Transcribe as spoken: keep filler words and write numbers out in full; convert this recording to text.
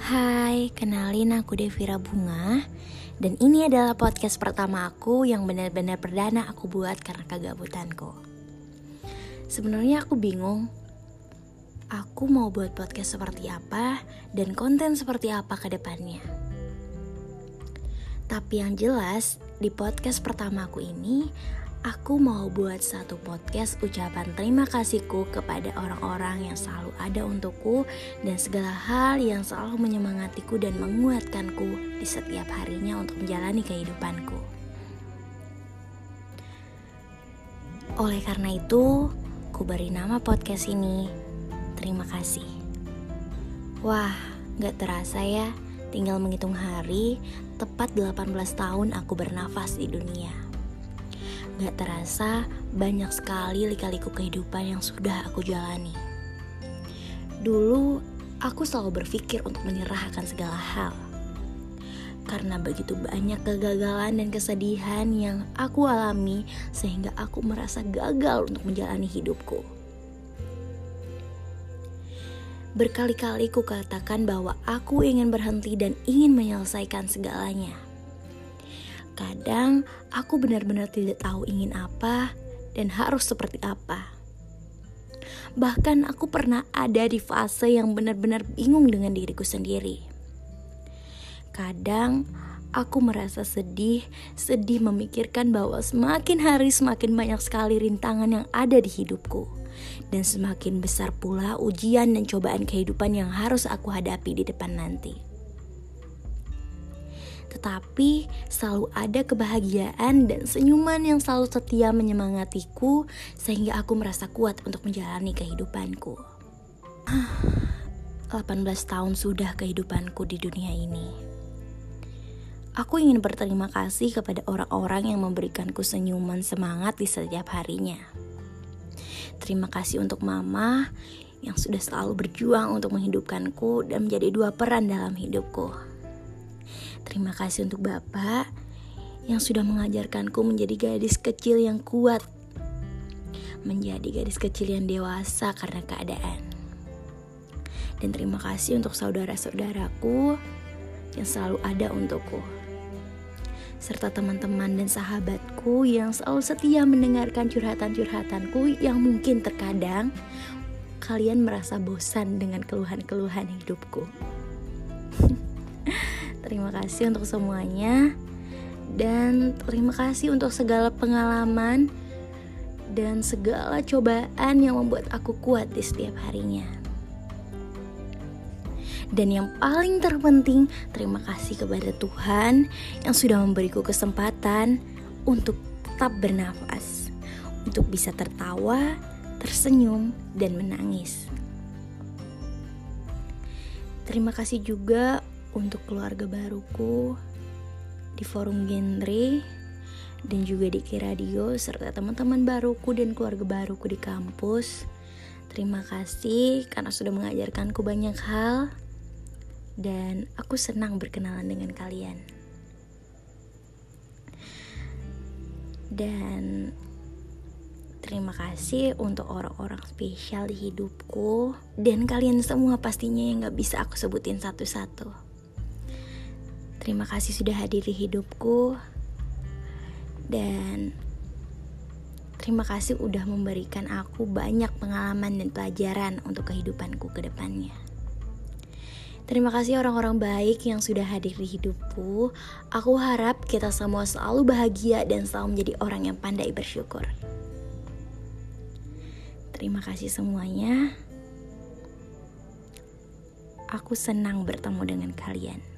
Hai, kenalin aku Devira Bunga. Dan ini adalah podcast pertama aku yang benar-benar perdana aku buat karena kegabutanku. Sebenarnya aku bingung, aku mau buat podcast seperti apa dan konten seperti apa ke depannya. Tapi yang jelas, di podcast pertama aku ini, aku mau buat satu podcast ucapan terima kasihku kepada orang-orang yang selalu ada untukku dan segala hal yang selalu menyemangatiku dan menguatkanku di setiap harinya untuk menjalani kehidupanku. Oleh karena itu, ku beri nama podcast ini Terima Kasih. Wah, gak terasa ya, tinggal menghitung hari, tepat delapan belas tahun aku bernafas di dunia. Gak terasa banyak sekali lika-liku kehidupan yang sudah aku jalani. Dulu aku selalu berpikir untuk menyerah akan segala hal, karena begitu banyak kegagalan dan kesedihan yang aku alami sehingga aku merasa gagal untuk menjalani hidupku. Berkali-kali ku katakan bahwa aku ingin berhenti dan ingin menyelesaikan segalanya. Kadang aku benar-benar tidak tahu ingin apa dan harus seperti apa. Bahkan aku pernah ada di fase yang benar-benar bingung dengan diriku sendiri. Kadang aku merasa sedih, sedih memikirkan bahwa semakin hari semakin banyak sekali rintangan yang ada di hidupku. Dan semakin besar pula ujian dan cobaan kehidupan yang harus aku hadapi di depan nanti. Tetapi selalu ada kebahagiaan dan senyuman yang selalu setia menyemangatiku sehingga aku merasa kuat untuk menjalani kehidupanku. delapan belas tahun sudah kehidupanku di dunia ini. Aku ingin berterima kasih kepada orang-orang yang memberikanku senyuman semangat di setiap harinya. Terima kasih untuk mama yang sudah selalu berjuang untuk menghidupkanku dan menjadi dua peran dalam hidupku. Terima kasih untuk Bapak yang sudah mengajarkanku menjadi gadis kecil yang kuat, menjadi gadis kecil yang dewasa karena keadaan. Dan terima kasih untuk saudara-saudaraku yang selalu ada untukku, serta teman-teman dan sahabatku yang selalu setia mendengarkan curhatan-curhatanku yang mungkin terkadang kalian merasa bosan dengan keluhan-keluhan hidupku. Terima kasih untuk semuanya, dan terima kasih untuk segala pengalaman dan segala cobaan yang membuat aku kuat di setiap harinya. Dan yang paling terpenting, terima kasih kepada Tuhan yang sudah memberiku kesempatan untuk tetap bernafas, untuk bisa tertawa, tersenyum, dan menangis. Terima kasih juga untuk keluarga baruku di forum genre dan juga di Ki Radio, serta teman-teman baruku dan keluarga baruku di kampus. Terima kasih karena sudah mengajarkanku banyak hal dan aku senang berkenalan dengan kalian. Dan terima kasih untuk orang-orang spesial di hidupku dan kalian semua pastinya yang gak bisa aku sebutin satu-satu. Terima kasih sudah hadir di hidupku, dan terima kasih udah memberikan aku banyak pengalaman dan pelajaran untuk kehidupanku ke depannya. Terima kasih orang-orang baik yang sudah hadir di hidupku. Aku harap kita semua selalu bahagia dan selalu menjadi orang yang pandai bersyukur. Terima kasih semuanya. Aku senang bertemu dengan kalian.